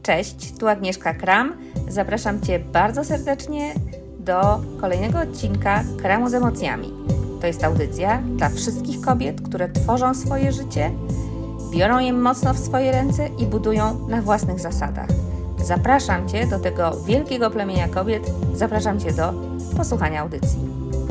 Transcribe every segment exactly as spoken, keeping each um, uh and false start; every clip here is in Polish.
Cześć, tu Agnieszka Kram. Zapraszam Cię bardzo serdecznie do kolejnego odcinka Kramu z emocjami. To jest audycja dla wszystkich kobiet, które tworzą swoje życie, biorą je mocno w swoje ręce i budują na własnych zasadach. Zapraszam Cię do tego wielkiego plemienia kobiet, zapraszam Cię do posłuchania audycji.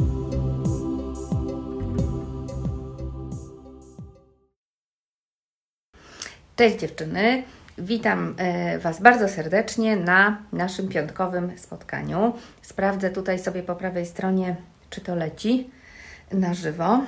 Cześć dziewczyny, witam Was bardzo serdecznie na naszym piątkowym spotkaniu. Sprawdzę tutaj sobie po prawej stronie, czy to leci na żywo.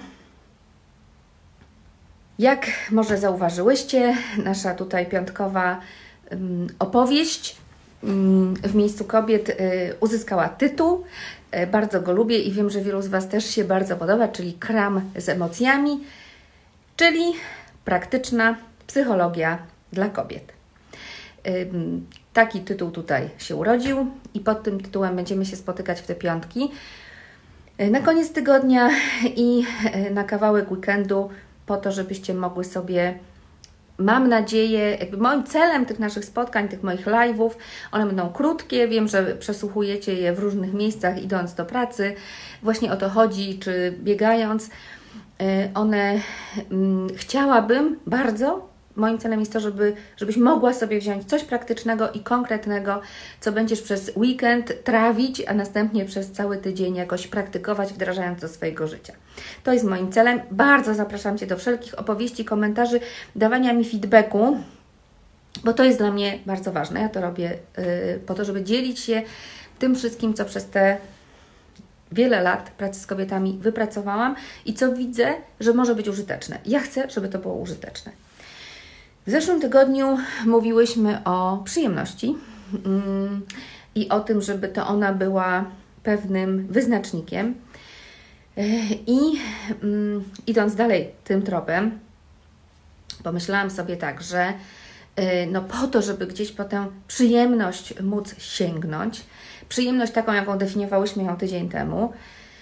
Jak może zauważyłyście, nasza tutaj piątkowa um, opowieść um, w miejscu kobiet um, uzyskała tytuł. Um, bardzo go lubię i wiem, że wielu z Was też się bardzo podoba, czyli Kram z emocjami, czyli praktyczna psychologia dla kobiet. Um, taki tytuł tutaj się urodził i pod tym tytułem będziemy się spotykać w te piątki na koniec tygodnia i na kawałek weekendu, po to, żebyście mogły sobie, mam nadzieję, jakby moim celem tych naszych spotkań, tych moich live'ów, one będą krótkie, wiem, że przesłuchujecie je w różnych miejscach idąc do pracy, właśnie o to chodzi, czy biegając, one, um, chciałabym bardzo, moim celem jest to, żeby, żebyś mogła sobie wziąć coś praktycznego i konkretnego, co będziesz przez weekend trawić, a następnie przez cały tydzień jakoś praktykować, wdrażając do swojego życia. To jest moim celem. Bardzo zapraszam Cię do wszelkich opowieści, komentarzy, dawania mi feedbacku, bo to jest dla mnie bardzo ważne. Ja to robię yy, po to, żeby dzielić się tym wszystkim, co przez te wiele lat pracy z kobietami wypracowałam i co widzę, że może być użyteczne. Ja chcę, żeby to było użyteczne. W zeszłym tygodniu mówiłyśmy o przyjemności mm, i o tym, żeby to ona była pewnym wyznacznikiem. I mm, idąc dalej tym tropem, pomyślałam sobie tak, że no po to, żeby gdzieś po tę przyjemność móc sięgnąć, przyjemność taką, jaką definiowałyśmy ją tydzień temu,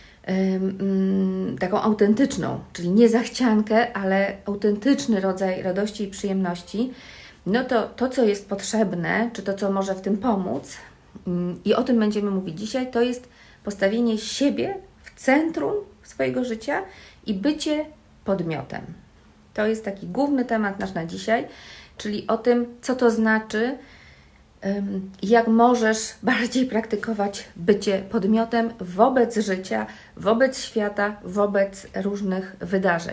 taką autentyczną, czyli nie zachciankę, ale autentyczny rodzaj radości i przyjemności, no to to, co jest potrzebne, czy to, co może w tym pomóc, i o tym będziemy mówić dzisiaj, to jest postawienie siebie w centrum swojego życia i bycie podmiotem. To jest taki główny temat nasz na dzisiaj, czyli o tym, co to znaczy, jak możesz bardziej praktykować bycie podmiotem wobec życia, wobec świata, wobec różnych wydarzeń.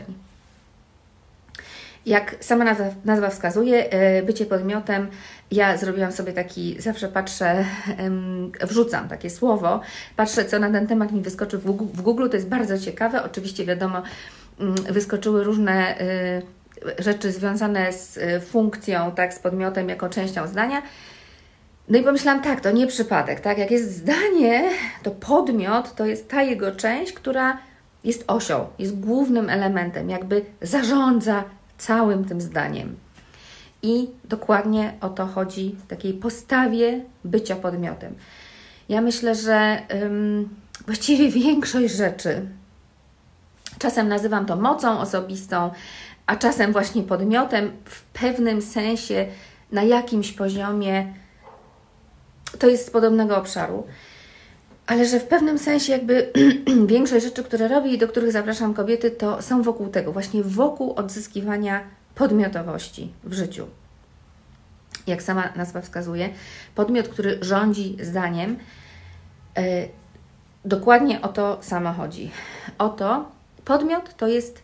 Jak sama nazwa, nazwa wskazuje, bycie podmiotem, ja zrobiłam sobie taki, zawsze patrzę, wrzucam takie słowo, patrzę, co na ten temat mi wyskoczy w Google, to jest bardzo ciekawe, oczywiście wiadomo, wyskoczyły różne rzeczy związane z funkcją, tak, z podmiotem jako częścią zdania. No i pomyślałam, tak, to nie przypadek, tak? Jak jest zdanie, to podmiot to jest ta jego część, która jest osią, jest głównym elementem, jakby zarządza całym tym zdaniem. I dokładnie o to chodzi w takiej postawie bycia podmiotem. Ja myślę, że ym, właściwie większość rzeczy, czasem nazywam to mocą osobistą, a czasem właśnie podmiotem, w pewnym sensie, na jakimś poziomie, to jest z podobnego obszaru, ale że w pewnym sensie jakby większość rzeczy, które robię i do których zapraszam kobiety, to są wokół tego, właśnie wokół odzyskiwania podmiotowości w życiu. Jak sama nazwa wskazuje, podmiot, który rządzi zdaniem, yy, dokładnie o to samo chodzi. Oto podmiot to jest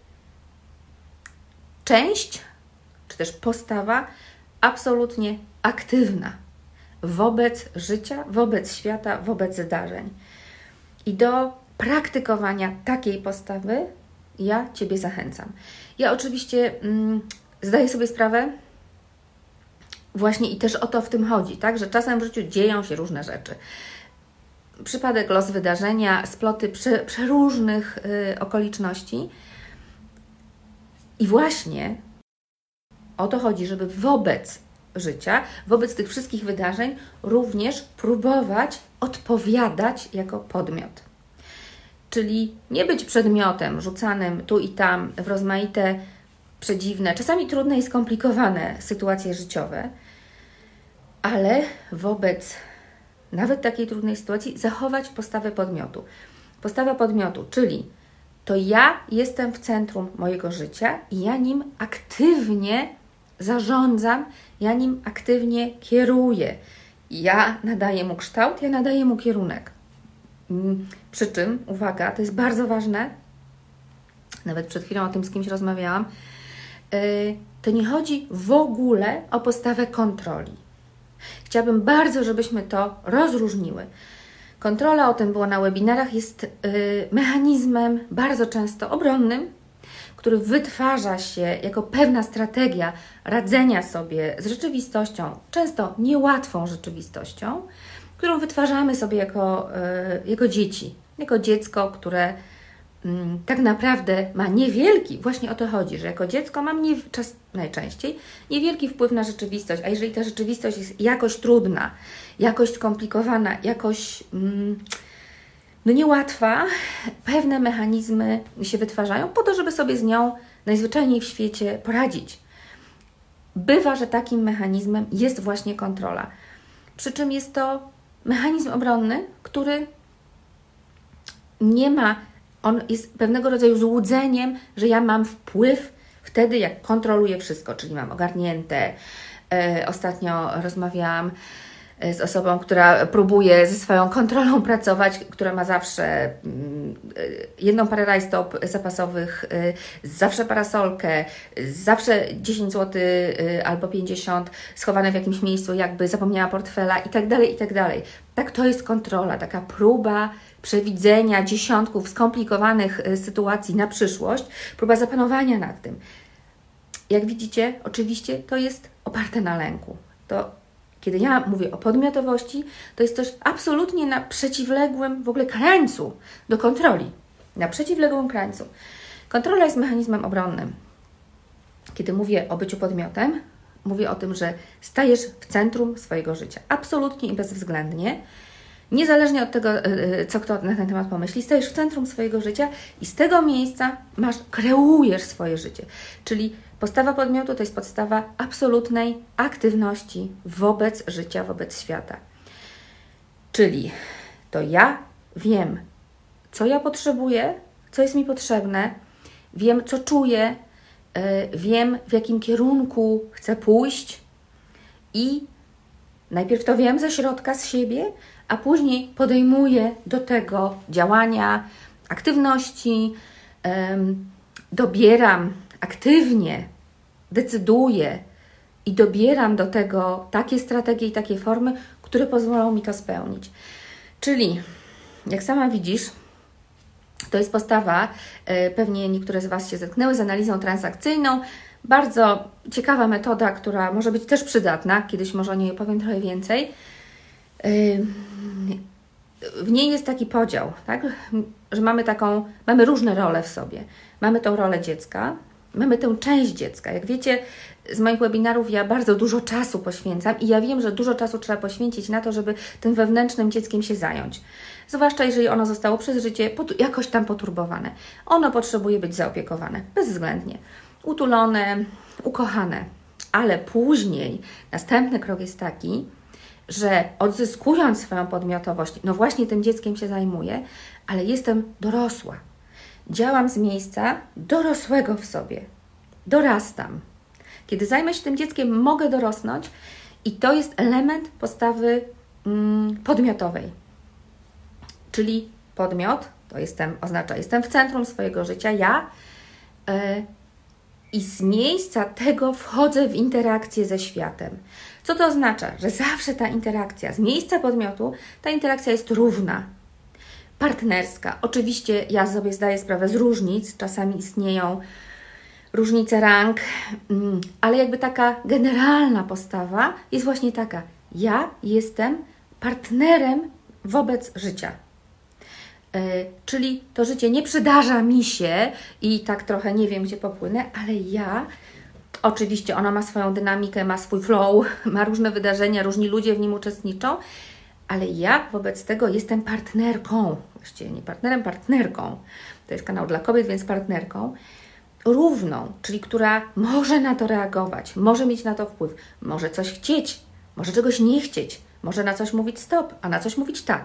część, czy też postawa absolutnie aktywna wobec życia, wobec świata, wobec zdarzeń. I do praktykowania takiej postawy ja Ciebie zachęcam. Ja oczywiście mm, zdaję sobie sprawę właśnie i też o to w tym chodzi, tak, że czasem w życiu dzieją się różne rzeczy. Przypadek, los wydarzenia, sploty prze, przeróżnych y, okoliczności. I właśnie o to chodzi, żeby wobec życia, wobec tych wszystkich wydarzeń również próbować odpowiadać jako podmiot. Czyli nie być przedmiotem rzucanym tu i tam w rozmaite przedziwne, czasami trudne i skomplikowane sytuacje życiowe, ale wobec nawet takiej trudnej sytuacji zachować postawę podmiotu. Postawa podmiotu, czyli to ja jestem w centrum mojego życia i ja nim aktywnie zarządzam, ja nim aktywnie kieruję. Ja nadaję mu kształt, ja nadaję mu kierunek. Przy czym, uwaga, to jest bardzo ważne, nawet przed chwilą o tym z kimś rozmawiałam, to nie chodzi w ogóle o postawę kontroli. Chciałabym bardzo, żebyśmy to rozróżniły. Kontrola, o tym było na webinarach, jest mechanizmem bardzo często obronnym, który wytwarza się jako pewna strategia radzenia sobie z rzeczywistością, często niełatwą rzeczywistością, którą wytwarzamy sobie jako, jako dzieci, jako dziecko, które tak naprawdę ma niewielki, właśnie o to chodzi, że jako dziecko mam nie, czas, najczęściej niewielki wpływ na rzeczywistość, a jeżeli ta rzeczywistość jest jakoś trudna, jakoś skomplikowana, jakoś mm, no niełatwa, pewne mechanizmy się wytwarzają po to, żeby sobie z nią najzwyczajniej w świecie poradzić. Bywa, że takim mechanizmem jest właśnie kontrola. Przy czym jest to mechanizm obronny, który nie ma, on jest pewnego rodzaju złudzeniem, że ja mam wpływ wtedy, jak kontroluję wszystko, czyli mam ogarnięte. E, ostatnio rozmawiałam z osobą, która próbuje ze swoją kontrolą pracować, która ma zawsze jedną parę rajstop zapasowych, zawsze parasolkę, zawsze dziesięć złotych albo pięćdziesiąt schowane w jakimś miejscu, jakby zapomniała portfela i tak dalej, i tak dalej. Tak, to jest kontrola, taka próba przewidzenia dziesiątków skomplikowanych sytuacji na przyszłość, próba zapanowania nad tym. Jak widzicie, oczywiście to jest oparte na lęku. To Kiedy ja mówię o podmiotowości, to jest coś absolutnie na przeciwległym w ogóle krańcu do kontroli. Na przeciwległym krańcu. Kontrola jest mechanizmem obronnym. Kiedy mówię o byciu podmiotem, mówię o tym, że stajesz w centrum swojego życia. Absolutnie i bezwzględnie. Niezależnie od tego, co kto na ten temat pomyśli, stajesz w centrum swojego życia i z tego miejsca masz, kreujesz swoje życie. Czyli postawa podmiotu to jest podstawa absolutnej aktywności wobec życia, wobec świata. Czyli to ja wiem, co ja potrzebuję, co jest mi potrzebne, wiem, co czuję, yy, wiem, w jakim kierunku chcę pójść i najpierw to wiem ze środka, z siebie, a później podejmuję do tego działania, aktywności, yy, dobieram aktywnie, decyduję i dobieram do tego takie strategie i takie formy, które pozwolą mi to spełnić. Czyli, jak sama widzisz, to jest postawa, pewnie niektóre z Was się zetknęły z analizą transakcyjną, bardzo ciekawa metoda, która może być też przydatna, kiedyś może o niej opowiem trochę więcej. W niej jest taki podział, tak? Że mamy taką, mamy różne role w sobie. Mamy tą rolę dziecka, mamy tę część dziecka. Jak wiecie, z moich webinarów ja bardzo dużo czasu poświęcam i ja wiem, że dużo czasu trzeba poświęcić na to, żeby tym wewnętrznym dzieckiem się zająć. Zwłaszcza jeżeli ono zostało przez życie jakoś tam poturbowane. Ono potrzebuje być zaopiekowane, bezwzględnie. Utulone, ukochane. Ale później następny krok jest taki, że odzyskując swoją podmiotowość, no właśnie tym dzieckiem się zajmuję, ale jestem dorosła. Działam z miejsca dorosłego w sobie. Dorastam. Kiedy zajmę się tym dzieckiem, mogę dorosnąć i to jest element postawy mm, podmiotowej. Czyli podmiot, to jestem, oznacza, jestem w centrum swojego życia, ja yy, i z miejsca tego wchodzę w interakcję ze światem. Co to oznacza? Że zawsze ta interakcja z miejsca podmiotu, ta interakcja jest równa. Partnerska. Oczywiście ja sobie zdaję sprawę z różnic, czasami istnieją różnice rang, ale jakby taka generalna postawa jest właśnie taka. Ja jestem partnerem wobec życia. Yy, czyli to życie nie przydarza mi się i tak trochę nie wiem, gdzie popłynę, ale ja, oczywiście ono ma swoją dynamikę, ma swój flow, ma różne wydarzenia, różni ludzie w nim uczestniczą, ale ja wobec tego jestem partnerką, właściwie nie partnerem, partnerką. To jest kanał dla kobiet, więc partnerką równą, czyli która może na to reagować, może mieć na to wpływ, może coś chcieć może czegoś nie chcieć, może na coś mówić stop, a na coś mówić tak.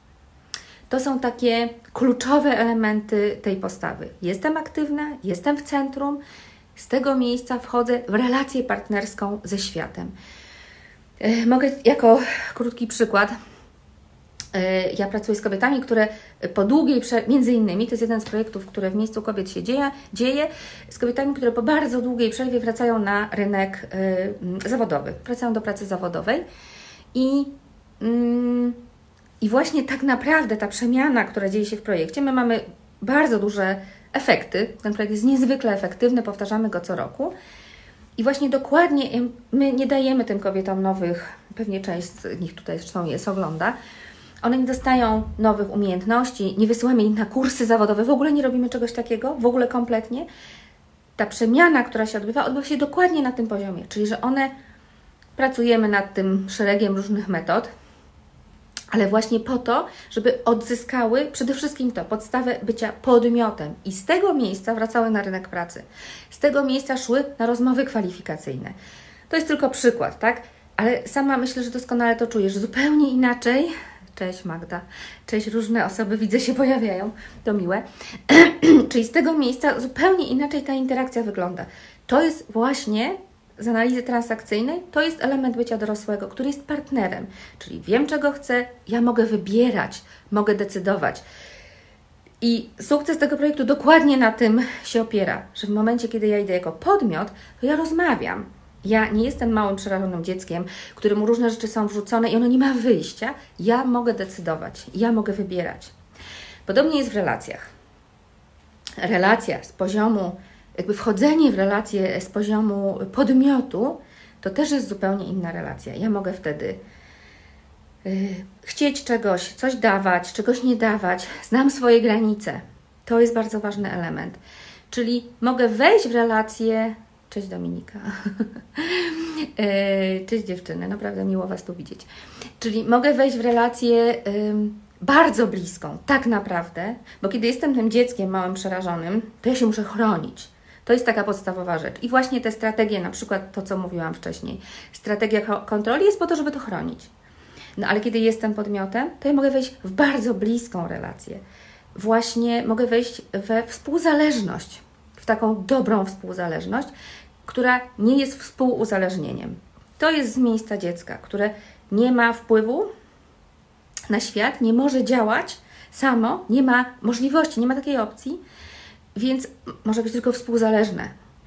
To są takie kluczowe elementy tej postawy. Jestem aktywna, jestem w centrum, z tego miejsca wchodzę w relację partnerską ze światem. Mogę jako krótki przykład. Ja pracuję z kobietami, które po długiej, między innymi, to jest jeden z projektów, które w Miejscu Kobiet się dzieje, dzieje z kobietami, które po bardzo długiej przerwie wracają na rynek y, zawodowy, wracają do pracy zawodowej i, y, i właśnie tak naprawdę ta przemiana, która dzieje się w projekcie, my mamy bardzo duże efekty, ten projekt jest niezwykle efektywny, powtarzamy go co roku i właśnie dokładnie my nie dajemy tym kobietom nowych, pewnie część z nich tutaj zresztą jest, ogląda, one nie dostają nowych umiejętności, nie wysyłamy ich na kursy zawodowe, w ogóle nie robimy czegoś takiego, w ogóle kompletnie. Ta przemiana, która się odbywa, odbywa się dokładnie na tym poziomie, czyli że one, pracujemy nad tym szeregiem różnych metod, ale właśnie po to, żeby odzyskały przede wszystkim to, podstawę bycia podmiotem i z tego miejsca wracały na rynek pracy. Z tego miejsca szły na rozmowy kwalifikacyjne. To jest tylko przykład, tak? Ale sama myślę, że doskonale to czujesz zupełnie inaczej. Cześć Magda, cześć, różne osoby widzę się pojawiają, to miłe. Czyli z tego miejsca zupełnie inaczej ta interakcja wygląda. To jest właśnie z analizy transakcyjnej, to jest element bycia dorosłego, który jest partnerem. Czyli wiem, czego chcę, ja mogę wybierać, mogę decydować. I sukces tego projektu dokładnie na tym się opiera, że w momencie, kiedy ja idę jako podmiot, to ja rozmawiam. Ja nie jestem małym, przerażonym dzieckiem, któremu różne rzeczy są wrzucone i ono nie ma wyjścia. Ja mogę decydować, ja mogę wybierać. Podobnie jest w relacjach. Relacja z poziomu, jakby wchodzenie w relację z poziomu podmiotu, to też jest zupełnie inna relacja. Ja mogę wtedy yy, chcieć czegoś, coś dawać, czegoś nie dawać. Znam swoje granice. To jest bardzo ważny element. Czyli mogę wejść w relację. Cześć Dominika. Cześć dziewczyny, naprawdę miło Was tu widzieć. Czyli mogę wejść w relację bardzo bliską, tak naprawdę, bo kiedy jestem tym dzieckiem małym, przerażonym, to ja się muszę chronić. To jest taka podstawowa rzecz. I właśnie te strategie, na przykład to, co mówiłam wcześniej, strategia kontroli jest po to, żeby to chronić. No ale kiedy jestem podmiotem, to ja mogę wejść w bardzo bliską relację. Właśnie mogę wejść we współzależność, w taką dobrą współzależność, która nie jest współuzależnieniem. To jest z miejsca dziecka, które nie ma wpływu na świat, nie może działać samo, nie ma możliwości, nie ma takiej opcji, więc może być tylko współzależne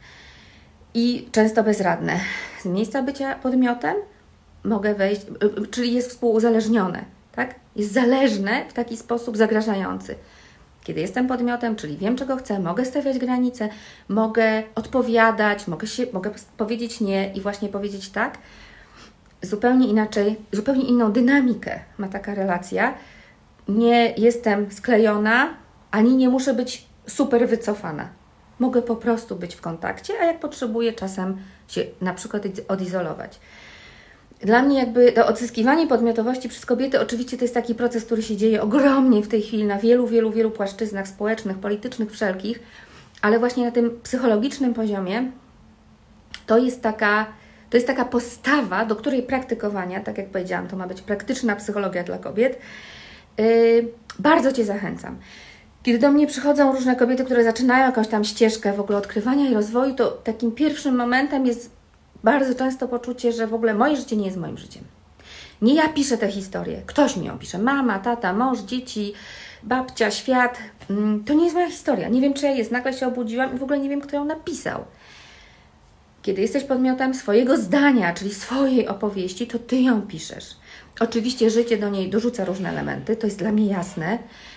i często bezradne. Z miejsca bycia podmiotem mogę wejść, czyli jest współuzależnione, tak? Jest zależne w taki sposób zagrażający. Kiedy jestem podmiotem, czyli wiem, czego chcę, mogę stawiać granice, mogę odpowiadać, mogę, się, mogę powiedzieć nie i właśnie powiedzieć tak, zupełnie inaczej, zupełnie inną dynamikę ma taka relacja. Nie jestem sklejona, ani nie muszę być super wycofana. Mogę po prostu być w kontakcie, a jak potrzebuję, czasem się na przykład odizolować. Dla mnie jakby to odzyskiwanie podmiotowości przez kobiety oczywiście to jest taki proces, który się dzieje ogromnie w tej chwili na wielu, wielu, wielu płaszczyznach społecznych, politycznych, wszelkich, ale właśnie na tym psychologicznym poziomie to jest taka, to jest taka postawa, do której praktykowania, tak jak powiedziałam, to ma być praktyczna psychologia dla kobiet, yy, bardzo Cię zachęcam. Kiedy do mnie przychodzą różne kobiety, które zaczynają jakąś tam ścieżkę w ogóle odkrywania i rozwoju, to takim pierwszym momentem jest bardzo często poczucie, że w ogóle moje życie nie jest moim życiem. Nie ja piszę tę historię, ktoś mi ją pisze. Mama, tata, mąż, dzieci, babcia, świat. To nie jest moja historia. Nie wiem, czy ja jest. Nagle się obudziłam i w ogóle nie wiem, kto ją napisał. Kiedy jesteś podmiotem swojego zdania, czyli swojej opowieści, to Ty ją piszesz. Oczywiście życie do niej dorzuca różne elementy, to jest dla mnie jasne,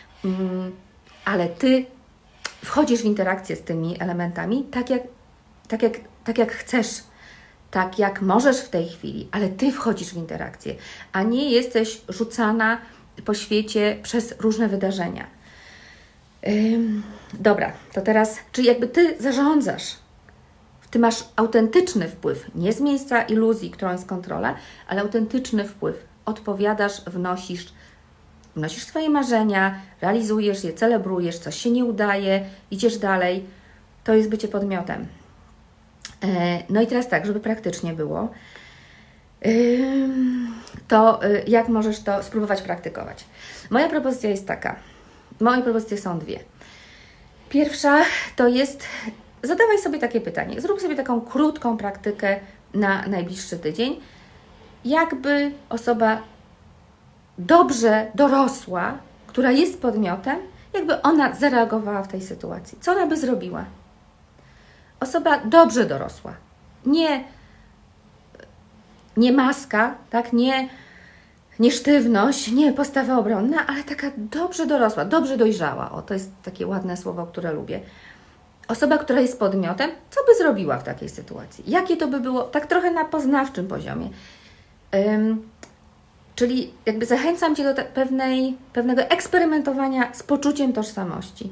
ale Ty wchodzisz w interakcję z tymi elementami tak jak, tak jak, tak jak chcesz. Tak jak możesz w tej chwili, ale Ty wchodzisz w interakcję, a nie jesteś rzucana po świecie przez różne wydarzenia. Ym, dobra, to teraz, czyli jakby Ty zarządzasz, Ty masz autentyczny wpływ, nie z miejsca iluzji, którą jest kontrola, ale autentyczny wpływ. Odpowiadasz, wnosisz, wnosisz swoje marzenia, realizujesz je, celebrujesz, coś się nie udaje, idziesz dalej. To jest bycie podmiotem. No i teraz tak, żeby praktycznie było. Yy, to jak możesz to spróbować praktykować. Moja propozycja jest taka. Moje propozycje są dwie. Pierwsza to jest, zadawaj sobie takie pytanie. Zrób sobie taką krótką praktykę na najbliższy tydzień. Jakby osoba dobrze dorosła, która jest podmiotem, jakby ona zareagowała w tej sytuacji. Co ona by zrobiła? Osoba dobrze dorosła. Nie, nie maska, tak? nie, nie sztywność, nie postawa obronna, ale taka dobrze dorosła, dobrze dojrzała. O, to jest takie ładne słowo, które lubię. Osoba, która jest podmiotem, co by zrobiła w takiej sytuacji? Jakie to by było? Tak trochę na poznawczym poziomie. Ym, czyli jakby zachęcam Cię do te, pewnej, pewnego eksperymentowania z poczuciem tożsamości.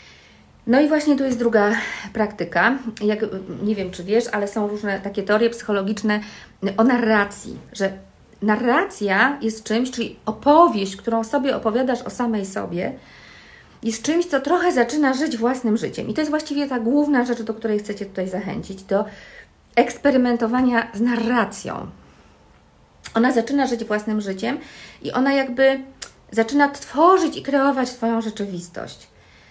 No i właśnie tu jest druga praktyka. Jak, nie wiem, czy wiesz, ale są różne takie teorie psychologiczne o narracji, że narracja jest czymś, czyli opowieść, którą sobie opowiadasz o samej sobie, jest czymś, co trochę zaczyna żyć własnym życiem. I to jest właściwie ta główna rzecz, do której chcecie tutaj zachęcić, do eksperymentowania z narracją. Ona zaczyna żyć własnym życiem i ona jakby zaczyna tworzyć i kreować Twoją rzeczywistość.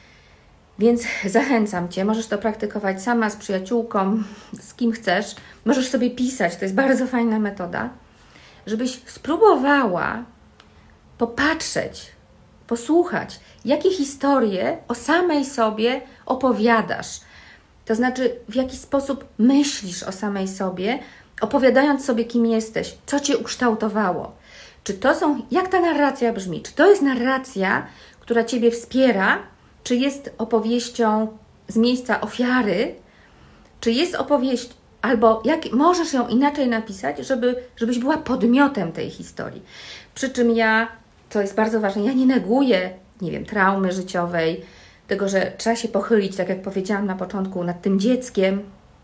Więc zachęcam Cię, możesz to praktykować sama, z przyjaciółką, z kim chcesz. Możesz sobie pisać, to jest bardzo fajna metoda, żebyś spróbowała popatrzeć, posłuchać, jakie historie o samej sobie opowiadasz. To znaczy, w jaki sposób myślisz o samej sobie, opowiadając sobie, kim jesteś, co Cię ukształtowało. Czy to są, jak ta narracja brzmi? Czy to jest narracja, która Ciebie wspiera, czy jest opowieścią z miejsca ofiary, czy jest opowieść, albo jak możesz ją inaczej napisać, żeby, żebyś była podmiotem tej historii. Przy czym ja, to jest bardzo ważne, ja nie neguję, nie wiem, traumy życiowej, tego, że trzeba się pochylić, tak jak powiedziałam na początku, nad tym dzieckiem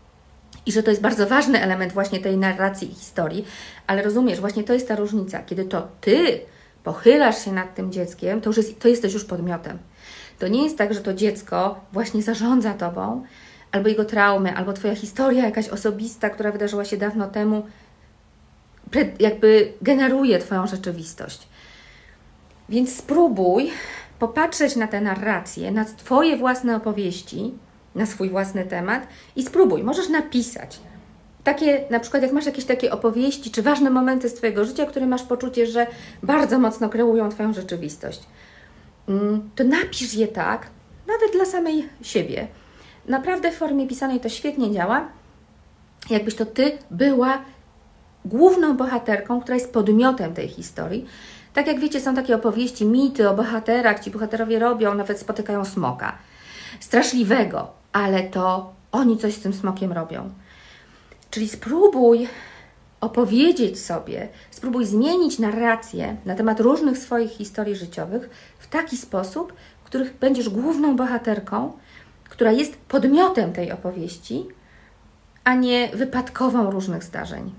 i że to jest bardzo ważny element właśnie tej narracji i historii, ale rozumiesz, właśnie to jest ta różnica. Kiedy to Ty pochylasz się nad tym dzieckiem, to już jest, to jesteś już podmiotem. To nie jest tak, że to dziecko właśnie zarządza Tobą, albo jego traumy, albo Twoja historia jakaś osobista, która wydarzyła się dawno temu, jakby generuje Twoją rzeczywistość. Więc spróbuj popatrzeć na te narracje, na Twoje własne opowieści, na swój własny temat i spróbuj, możesz napisać. Takie, na przykład jak masz jakieś takie opowieści, czy ważne momenty z Twojego życia, które masz poczucie, że bardzo mocno kreują Twoją rzeczywistość, to napisz je tak, nawet dla samej siebie. Naprawdę w formie pisanej to świetnie działa. Jakbyś to Ty była główną bohaterką, która jest podmiotem tej historii. Tak jak wiecie, są takie opowieści, mity o bohaterach, ci bohaterowie robią, nawet spotykają smoka. Straszliwego, ale to oni coś z tym smokiem robią. Czyli spróbuj opowiedzieć sobie, spróbuj zmienić narrację na temat różnych swoich historii życiowych w taki sposób, w których będziesz główną bohaterką, która jest podmiotem tej opowieści, a nie wypadkową różnych zdarzeń.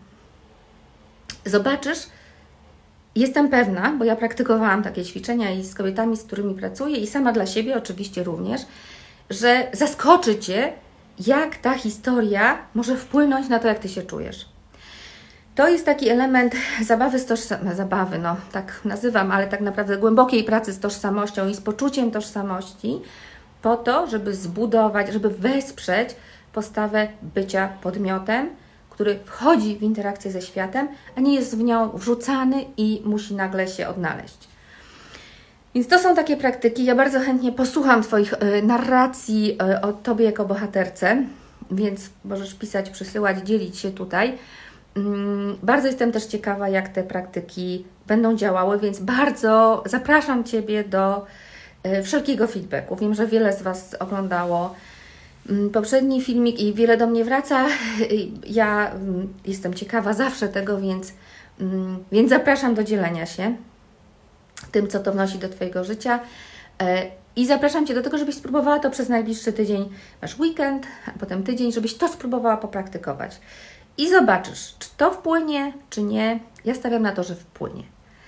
Zobaczysz, jestem pewna, bo ja praktykowałam takie ćwiczenia i z kobietami, z którymi pracuję i sama dla siebie oczywiście również, że zaskoczy Cię, jak ta historia może wpłynąć na to, jak Ty się czujesz. To jest taki element zabawy z tożsamością, zabawy, no tak nazywam, ale tak naprawdę głębokiej pracy z tożsamością i z poczuciem tożsamości, po to, żeby zbudować, żeby wesprzeć postawę bycia podmiotem, który wchodzi w interakcję ze światem, a nie jest w nią wrzucany i musi nagle się odnaleźć. Więc to są takie praktyki. Ja bardzo chętnie posłucham Twoich y, narracji y, o Tobie jako bohaterce, więc możesz pisać, przysyłać, dzielić się tutaj. Ym, bardzo jestem też ciekawa, jak te praktyki będą działały, więc bardzo zapraszam Ciebie do y, wszelkiego feedbacku. Wiem, że wiele z Was oglądało y, poprzedni filmik i wiele do mnie wraca. Y, ja y, jestem ciekawa zawsze tego, więc, y, więc zapraszam do dzielenia się tym, co to wnosi do Twojego życia. I zapraszam Cię do tego, żebyś spróbowała to przez najbliższy tydzień. Masz weekend, a potem tydzień, żebyś to spróbowała popraktykować. I zobaczysz, czy to wpłynie, czy nie. Ja stawiam na to, że wpłynie.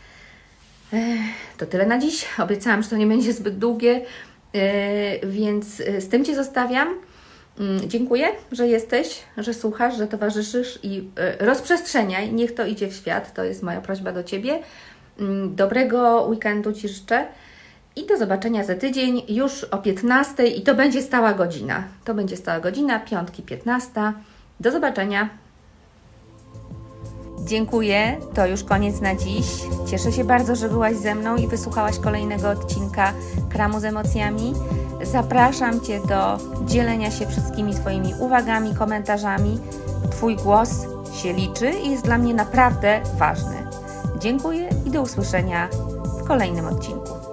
To tyle na dziś. Obiecałam, że to nie będzie zbyt długie, więc z tym Cię zostawiam. Dziękuję, że jesteś, że słuchasz, że towarzyszysz i rozprzestrzeniaj. Niech to idzie w świat. To jest moja prośba do Ciebie. Dobrego weekendu Ci życzę i do zobaczenia za tydzień już o piętnastej i to będzie stała godzina. To będzie stała godzina, piątki piętnasta. Do zobaczenia. Dziękuję, to już koniec na dziś. Cieszę się bardzo, że byłaś ze mną i wysłuchałaś kolejnego odcinka Kramu z emocjami. Zapraszam Cię do dzielenia się wszystkimi swoimi uwagami, komentarzami. Twój głos się liczy i jest dla mnie naprawdę ważny. Dziękuję i do usłyszenia w kolejnym odcinku.